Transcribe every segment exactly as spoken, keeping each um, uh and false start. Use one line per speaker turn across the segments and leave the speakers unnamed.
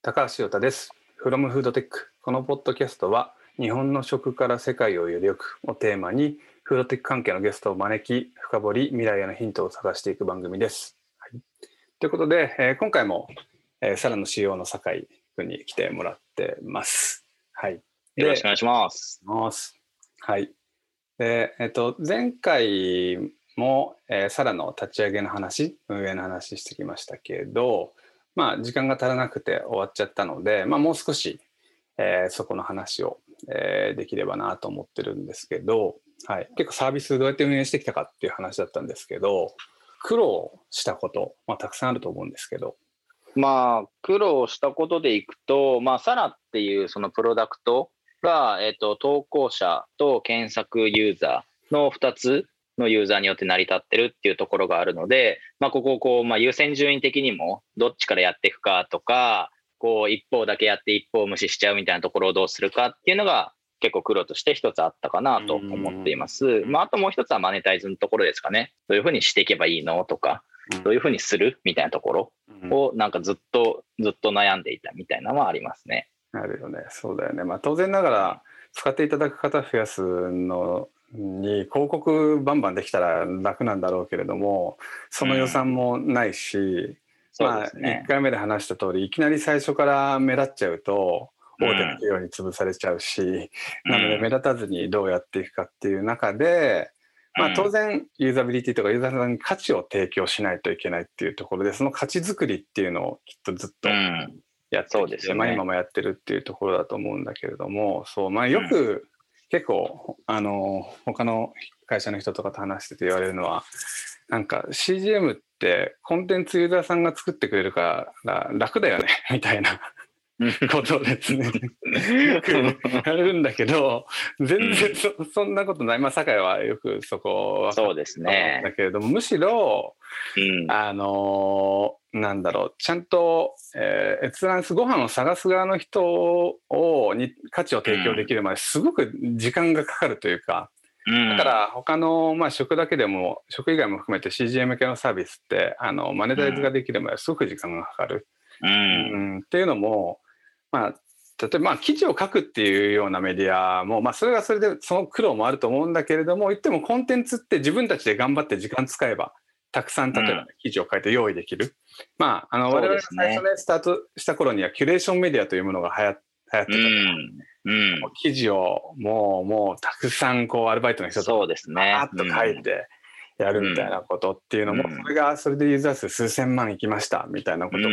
高橋洋太です。from フードテック。このポッドキャストは日本の食から世界をよりよくをテーマにフードテック関係のゲストを招き深掘り未来へのヒントを探していく番組です。はい、ということで、えー、今回も、えー、サラの シーイーオー の酒井君に来てもらってます。はい。
よろしくお願いします。
はい。で、えっと前回も、えー、サラの立ち上げの話、運営の話してきましたけど、まあ時間が足らなくて終わっちゃったので、まあもう少し、えー、そこの話を、えー、できればなと思ってるんですけど、はい、結構サービスどうやって運営してきたかっていう話だったんですけど、苦労したこと、まあたくさんあると思うんですけど。
まあ苦労したことでいくと、まあサラっていうそのプロダクトが、えっと、投稿者と検索ユーザーのふたつのユーザーによって成り立ってるっていうところがあるので、まあ、ここをこう、まあ、優先順位的にもどっちからやっていくかとか、こう一方だけやって一方無視しちゃうみたいなところをどうするかっていうのが結構苦労として一つあったかなと思っています。まあ、あともう一つはマネタイズのところですかね。どういうふうにしていけばいいのとか、どういうふうにするみたいなところをなんかずっとずっと悩んでいたみたいなのはありますね。
あるよね。そうだよね。まあ当然ながら使っていただく方増やすのに広告バンバンできたら楽なんだろうけれども、その予算もないし、うん、まあいっかいめで話した通りいきなり最初から目立っちゃうと大手の企業に潰されちゃうし、うん、なので目立たずにどうやっていくかっていう中で、まあ当然ユーザビリティとかユーザーさんに価値を提供しないといけないっていうところで、その価値づくりっていうのをきっとずっとやってきて、うん、まあ今もやってるっていうところだと思うんだけれども、そう、まあよく、うん結構あの他の会社の人とかと話してて言われるのは、なんか シージーエム ってコンテンツユーザーさんが作ってくれるから楽だよねみたいなことですねよく言われるんだけど、全然 そ,、うん、そんなことない。まあ酒井はよくそこは分かってると思うんだけれども、むしろ、うん、あのなんだろう、ちゃんと、えー、閲覧すご飯を探す側の人をに価値を提供できるまですごく時間がかかるというか、うん、だから他の、まあ、食だけでも食以外も含めて シージーエム 系のサービスってあのマネタイズができるまですごく時間がかかる、うんうん、っていうのも、まあ、例えばまあ記事を書くっていうようなメディアも、まあ、それはそれでその苦労もあると思うんだけれども、言ってもコンテンツって自分たちで頑張って時間使えばたくさん例えば、ね、記事を書いて用意できる、まあ、あの我々が最初ねスタートした頃にはキュレーションメディアというものが流行って流行ってた、うんうん、記事をもうもうたくさんこうアルバイトの人とバーッと書いてやるみたいなことっていうのも、うん、それがそれでユーザー数数千万いきましたみたいなことが、うん、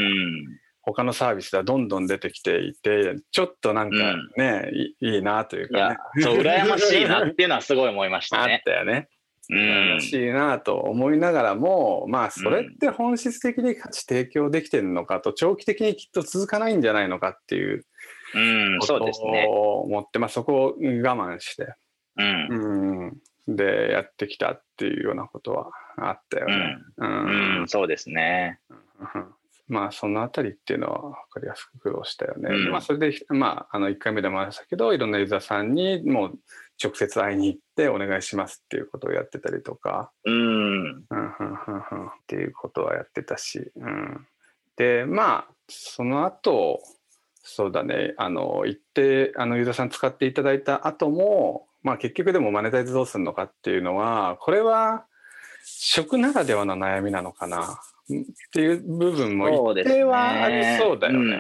他のサービスではどんどん出てきていて、ちょっとなんかね、うん、い, いいなというかね、
いやそう羨ましいなっていうのはすごい思いましたね。
あったよね。羨ましいなと思いながらも、まあそれって本質的に価値提供できてるのかと、長期的にきっと続かないんじゃないのかっていうことを思って、まあそこを我慢して、うんうん、でやってきたっていうようなことはあったよね。
うんうんうん、そうですね。
まあそのあたりっていうのは分かりやすく苦労したよね。うん、まあそれでまああのいっかいめでもありましたけど、いろんなユーザーさんにもう直接会いに行ってお願いしますっていうことをやってたりとか、うん、うん、っていうことはやってたし、うん、でまあその後そうだね、あの行ってあのユーザーさん使っていただいた後も、まあ結局でもマネタイズどうするのかっていうのは、これは食ならではの悩みなのかなっていう部分も一定はありそうだよね。
うんうんうん、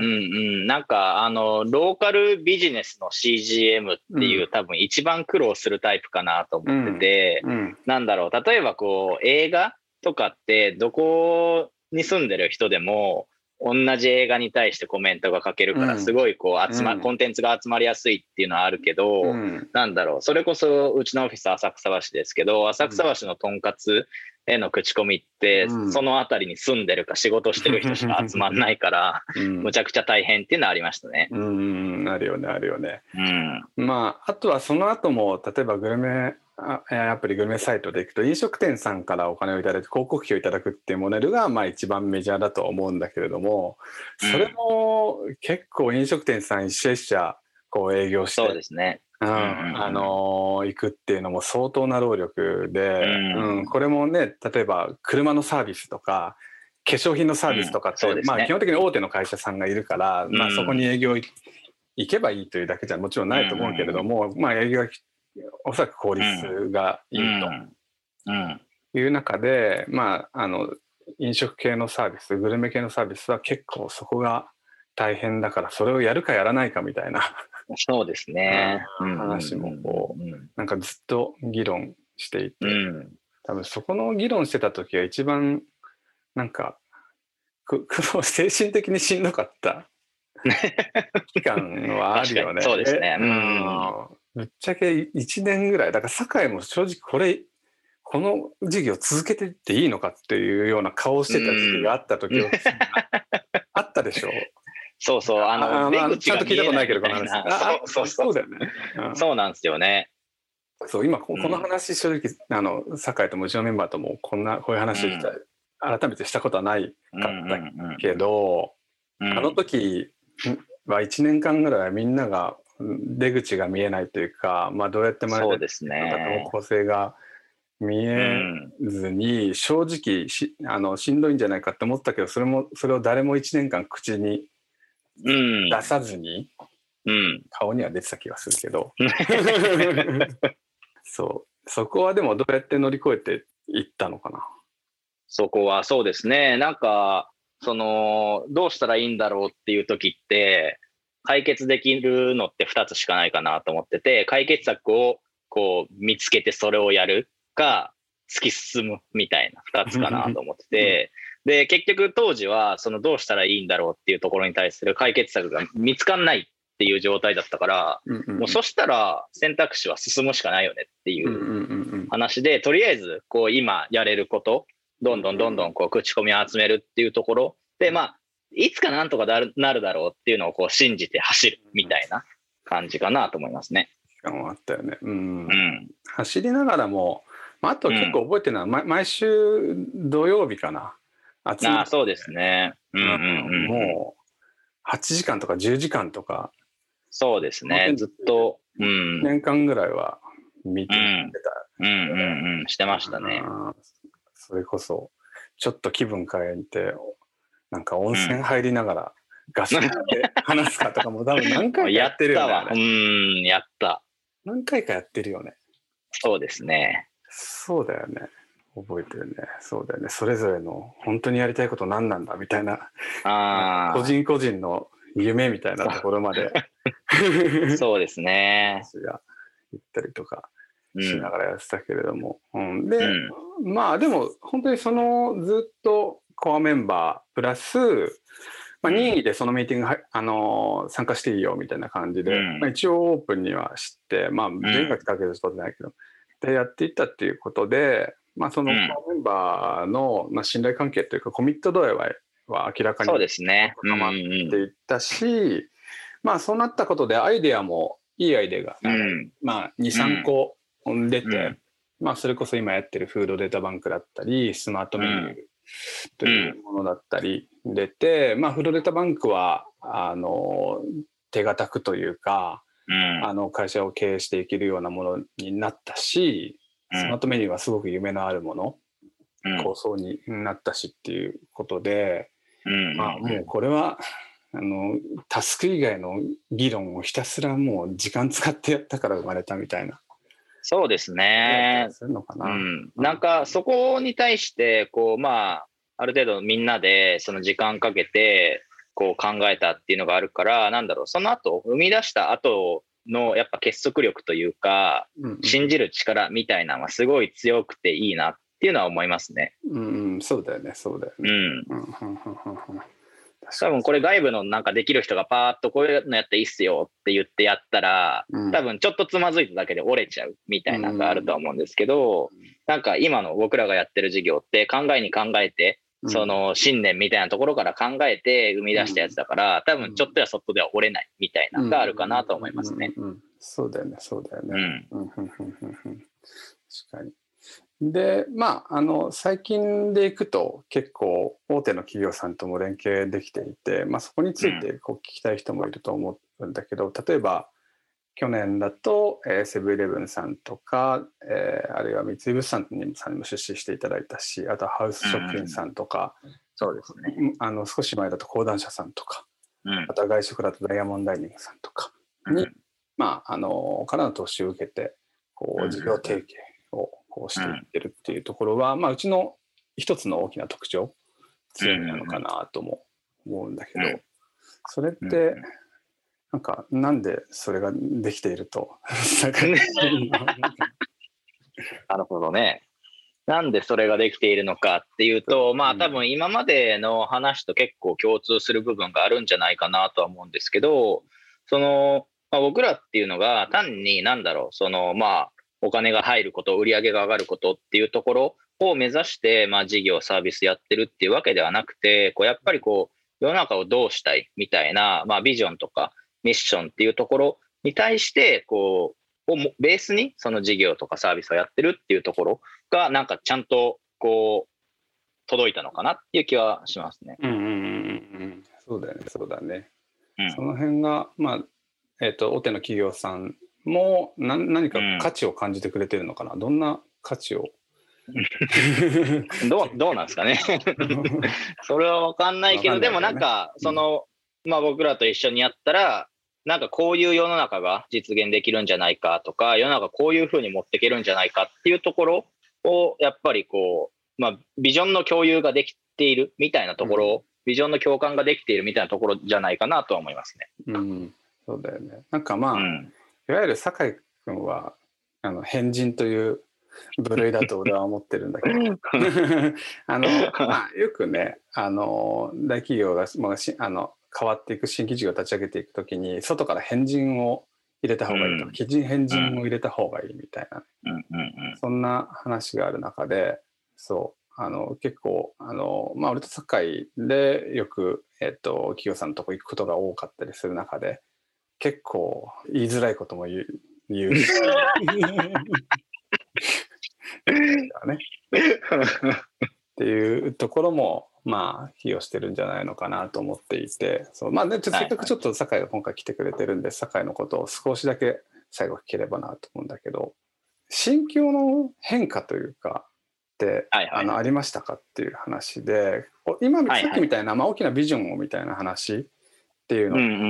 なんかあのローカルビジネスの シージーエム っていう、うん、多分一番苦労するタイプかなと思ってて、うんうん、なんだろう、例えばこう映画とかってどこに住んでる人でも同じ映画に対してコメントが書けるからすごいこう集ま、うん、コンテンツが集まりやすいっていうのはあるけど、うん、なんだろう、それこそうちのオフィス浅草橋ですけど、浅草橋のとんかつへの口コミって、うん、そのあたりに住んでるか仕事してる人しか集まんないから、うん、むちゃくちゃ大変っていうのはありましたね。
うん、あるよねあるよね。うん、まああとはその後も例えばグルメアプリグルメサイトで行くと飲食店さんからお金をいただいて広告費をいただくっていうモデルがまあ一番メジャーだと思うんだけれども、それも結構飲食店さん一社一社こう営業して、
そうですね、
うん、あのー、行くっていうのも相当な労力で、うんうん、これもね例えば車のサービスとか粧品のサービスとかって、
うんね、
まあ、基本的に大手の会社さんがいるから、うん、まあ、そこに営業行けばいいというだけじゃもちろんないと思うけれども、うん、まあ、営業はおそらく効率がいいという中で、まあ、あの飲食系のサービス、グルメ系のサービスは結構そこが大変だから、それをやるかやらないかみたいな
そうですね
話もこうなんかずっと議論していて、うん、多分そこの議論してた時が一番なんかく精神的にしんどかった期間はあるよね。
そうですね、うん、
ぶっちゃけいちねんぐらいだから、酒井も正直これこの事業続けていっていいのかっていうような顔をしてた時期があった時は、うん、あったでしょう。
そうそう、あの、出口が見えないみたいな。
そうそうそう。そうだよね。
うん、そうなんですよね。
そう、今この話、正直、あの、酒井ともうちのメンバーともこんな、こういう話した、うん、改めてしたことはないかったけど、うんうんうん、あの時はいちねんかんぐらいみんなが出口が見えないというか、まあどうやってマネタイズの方向性が見えずに、うん、正直し、あの、しんどいんじゃないかって思ったけど、それも、それを誰もいちねんかん口に出さずに、うん、顔には出てた気がするけどそうそこはでもどうやって乗り越えていったのかな。
そこはそうですね、なんかそのどうしたらいいんだろうっていう時って解決できるのってふたつしかないかなと思ってて、解決策をこう見つけてそれをやるか突き進むみたいなふたつかなと思っててで結局当時はそのどうしたらいいんだろうっていうところに対する解決策が見つかんないっていう状態だったから、うんうんうん、もうそしたら選択肢は進むしかないよねっていう話で、とりあえずこう今やれることどんどんどんどんこう口コミを集めるっていうところで、まあいつかなんとかなるだろうっていうのをこう信じて走るみたいな感じかなと思いますね。
あったよね、うんうん、走りながらも、まあ、あと結構覚えてるのは、うん、毎, 毎週土曜日かな
集まって、あ、そうですね、
うんうんうん、もうはちじかんとかじゅうじかんとか、
そうですね、ずっと、
うん、年間ぐらいは見てた、
うん、うんうんうんしてましたね。
それこそちょっと気分変えてなんか温泉入りながら合宿で話すかとかも多分何回かやってるよね。
やったわ、うん、やった
何回かやってるよね。
そうですね。
そうだよね、覚えてるね。そうだよね、それぞれの本当にやりたいこと何なんだみたいな、あ個人個人の夢みたいなところまで
そうですね
が行ったりとかしながらやってたけれども、うんうん、で、うん、まあでも本当にそのずっとコアメンバープラス、まあ、任意でそのミーティングは、あのー、参加していいよみたいな感じで、うんまあ、一応オープンにはして、まあ全額かけることないけど、でやっていったっていうことで、まあ、そのコアメンバーの、まあ、信頼関係というかコミット度合いはは明らかに高まっていったし、うんうん、まあそうなったことでアイデアもいいアイデアが、うん、まあにさんこ出て、うんまあ、それこそ今やってるフードデータバンクだったりスマートメニューというものだったり出て、まあ、フードデータバンクはあの手堅くというか、うん、あの会社を経営していけるようなものになったし、スマートメニューはすごく夢のあるもの、うん、構想になったしっていうことで、うんまあ、もうこれはあのタスク以外の議論をひたすらもう時間使ってやったから生まれたみたいな。
そうですね。
するのかな、うん、
なんかそこに対してこう、まあ、ある程度みんなでその時間かけてこう考えたっていうのがあるから、なんだろう、その後生み出した後のやっぱ結束力というか、うんうん、信じる力みたいなのはすごい強くていいなっていうのは思いますね。
うん、うん、そうだよね、そうだよね。うん。
多分これ外部のなんかできる人がパーッとこういうのやっていいっすよって言ってやったら、うん、多分ちょっとつまずいただけで折れちゃうみたいなのがあるとは思うんですけど、うん、なんか今の僕らがやってる事業って考えに考えて、うん、その信念みたいなところから考えて生み出したやつだから、多分ちょっとやそっとでは折れないみたいなのがあるかなと思いますね。
そうだよね、そうだよね。うん、確かに。でまあ、あの最近でいくと結構大手の企業さんとも連携できていて、まあ、そこについてこう聞きたい人もいると思うんだけど、例えば去年だと、えー、セブンイレブンさんとか、えー、あるいは三井物産にさんにも出資していただいたし、あとはハウス食品さんとか、
そうですね。
あの少し前だと講談社さんとか、
うん、
また外食だとダイヤモンドダイニングさんとかに、
うん、
まあ、あのからの投資を受けてこ
うん
う事業提携をこうしていってるっていうところは、まあ、うちの一つの大きな特徴強みなのかなとも思うんだけど、
うん、
それってなんかなんでそれができていると
なるほどね。なんでそれができているのかっていうと、まあ多分今までの話と結構共通する部分があるんじゃないかなとは思うんですけど、その、まあ、僕らっていうのが単になんだろう、そのまあお金が入ること、売り上げが上がることっていうところを目指して、まあ事業、サービスやってるっていうわけではなくて、こうやっぱりこう世の中をどうしたいみたいな、まあビジョンとかミッションっていうところに対して、こう、をベースにその事業とかサービスをやってるっていうところがなんかちゃんとこう届いたのかなっていう気はしますね。
うんうんうんうん、そうだよね、そうだね。
うん、
その辺がまあえっと大手の企業さんも何何か価値を感じてくれてるのかな。どんな価値を
どうどうなんですかね。それは分かんないけど、でもなんかその、まあ僕らと一緒にやったら。なんかこういう世の中が実現できるんじゃないかとか、世の中こういうふうに持っていけるんじゃないかっていうところを、やっぱりこう、まあ、ビジョンの共有ができているみたいなところ、うん、ビジョンの共感ができているみたいなところじゃないかなとは思いますね。
うん、そうだよね。なんかまあ、うん、いわゆる酒井君は、あの変人という部類だと俺は思ってるんだけどあの、まあ、よくね、あの大企業が、まあ、あの変わっていく新規事業を立ち上げていくときに外から変人を入れた方がいいとか、基人変人を入れた方がいいみたいな、うんうんうん、そんな話がある中で、そうあの結構あの、まあ、俺と酒井でよく、えっと、企業さんのとこ行くことが多かったりする中で結構言いづらいことも言う言うしね、っていうところもまあ寄与してるんじゃないのかなと思っていて、そうまあね、ちょっとせっかくちょっと酒井が今回来てくれてるんで、酒井のことを少しだけ最後聞ければなと思うんだけど、心境の変化というかって、はいはい、あのありましたかっていう話で、今さっきみたいな、はいはい、まあ、大きなビジョンをみたいな話っていうのって、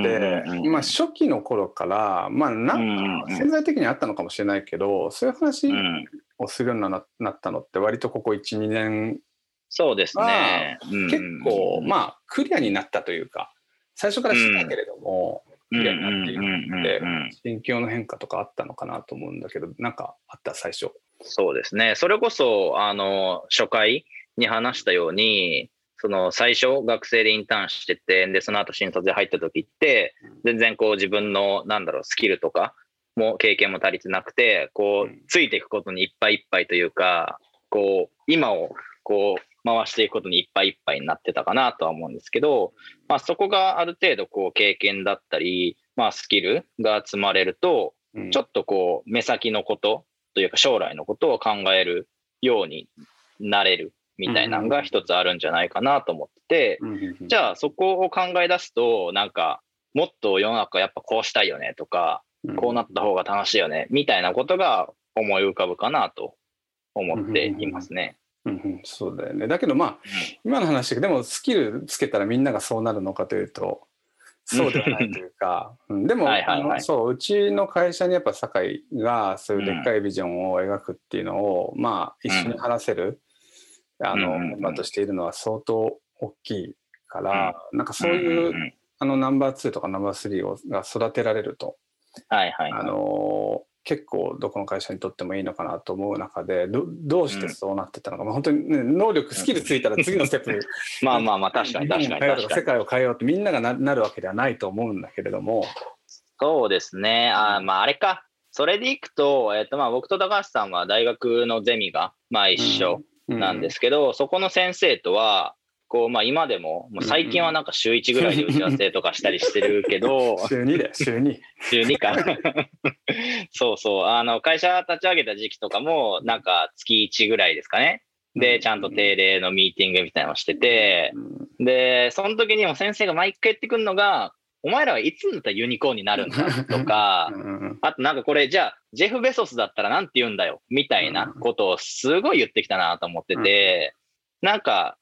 まあ、初期の頃からまあなんか潜在的にあったのかもしれないけど、そういう話をするようになったのって割とここ いち,に 年
そうですね、
結構まあクリアになったというか、最初からしたけれどもクリアになっているので、心境の変化とかあったのかなと思うんだけど、なんかあった最初？
そうですね、それこそあの初回に話したように、その最初学生でインターンしてて、でその後新卒で入った時って全然こう自分のなんだろうスキルとかも経験も足りてなくて、こうついていくことにいっぱいいっぱいというか、こう今をこう回していくことにいっぱいいっぱいになってたかなとは思うんですけど、まあ、そこがある程度こう経験だったり、まあ、スキルが積まれると、ちょっとこう目先のことというか将来のことを考えるようになれるみたいなのが一つあるんじゃないかなと思ってて、じゃあそこを考え出すと、なんかもっと世の中やっぱこうしたいよねとか、こうなった方が楽しいよねみたいなことが思い浮かぶかなと思っていますね。
うんうん、そうだよね。だけどまあ、うん、今の話でもスキルつけたらみんながそうなるのかというとそうではないというか、うん、でも、はいはいはい、そううちの会社にやっぱ酒井がそういうでっかいビジョンを描くっていうのを、うん、まあ一緒に話せる、うん、あのメンバーとしているのは相当大きいから、うん、なんかそういう、うん、あのナンバーツーとかナンバースリーをが育てられると、
はいはいはい、
あの結構どこの会社にとってもいいのかなと思う中で ど, どうしてそうなってたのか、うん、まあ、本当に、ね、能力スキルついたら次のステップ
まあまあまあ確かに確かに確かに
世界を変えようってみんなが な, なるわけではないと思うんだけれども、
そうですね、あ、まあ、あれか、それでいくと、えーとまあ、僕と高橋さんは大学のゼミがまあ一緒なんですけど、うんうん、そこの先生とはこうまあ、今でも、もう最近はなんか週いちぐらいで打ち合わせとかしたりしてるけど
週にだよ週に
週にかそうそう、あの会社立ち上げた時期とかもなんか月いちぐらいですかね、でちゃんと定例のミーティングみたいなのをしてて、でその時にも先生が毎回言ってくるのが、お前らはいつになったらユニコーンになるんだとかあとなんかこれじゃあジェフ・ベソスだったらなんて言うんだよみたいなことをすごい言ってきたなと思ってて、なんか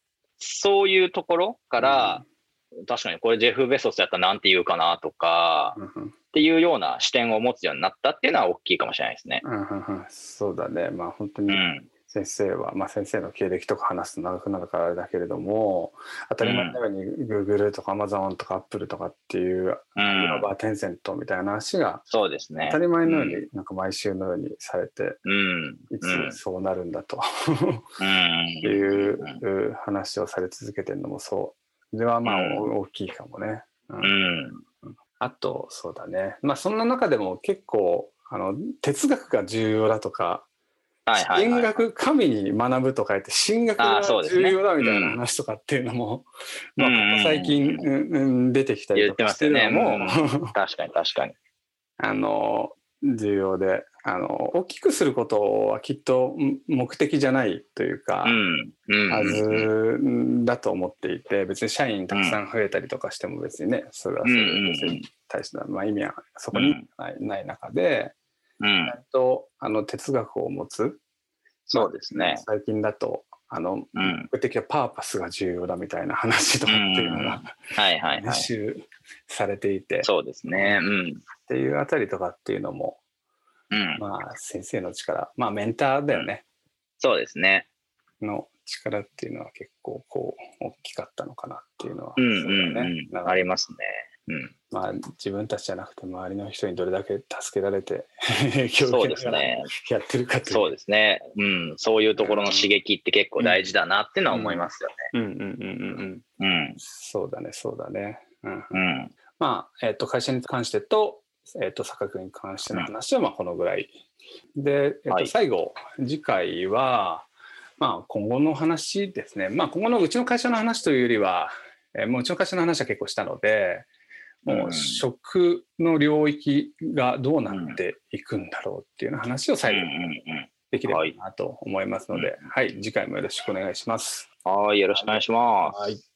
そういうところから、うん、確かにこれジェフ・ベソスやったらなんて言うかなとか、うん、っていうような視点を持つようになったっていうのは大きいかもしれないですね。
うんうんうん、そうだね。まあ本当に先生は、うん、まあ先生の経歴とか話すと長くなるからあれだけれども、当たり前のように Google とか Amazon とか Apple とかっていう、うん、いわばテンセントみたいな話が、
そうですね。
当たり前のように、なんか毎週のようにされて、うん、いつそうなるんだと、うん、っていう話をされ続けてるのもそうではまあ大きいかもね。うんうんあとそうだね、まあそんな中でも結構あの哲学が重要だとか、はいはいはいはい、神学神に学ぶとか言って神学が重要だみたいな話とかっていうのも、ねうん、まあここ最近、うん、出てきたりとかしてるのも、
ねうん、確かに確かに
あの重要で、あの大きくすることはきっと目的じゃないというか、うん、はずだと思っていて、別に社員たくさん増えたりとかしても別にね、それはそれで別に大した、まあ、意味はそこにない、ない中で、ちゃんとあの哲学を持つ、
そうですね、
まあ、最近だとあの、うん、目的はパーパスが重要だみたいな話とかっていうのが練習されていて、
そうですね、うん、
っていうあたりとかっていうのも、うん、まあ先生の力、まあメンターだよね、うん、
そうですね
の力っていうのは結構こう大きかったのかなっていうのは、
うんうんうんね、ありますね。うん、
まあ自分たちじゃなくて周りの人にどれだけ助けられて
そうですね
やってるかという。
そうですね、うん、そういうところの刺激って結構大事だなっていうのは思いますよね。
うんうんうんうんうん、そうだねそうだね。うん、うん、まあえっと会社に関してとえっと坂君に関しての話はまあこのぐらいで、えっと最後、はい、次回はまあ今後の話ですね。まあ今後のうちの会社の話というよりは、えー、もううちの会社の話は結構したので。もう食の領域がどうなっていくんだろうっていう話を最後にできればなと思いますので、はい、次回もよろしくお願いします。
はい、よろしくお願いします。はい。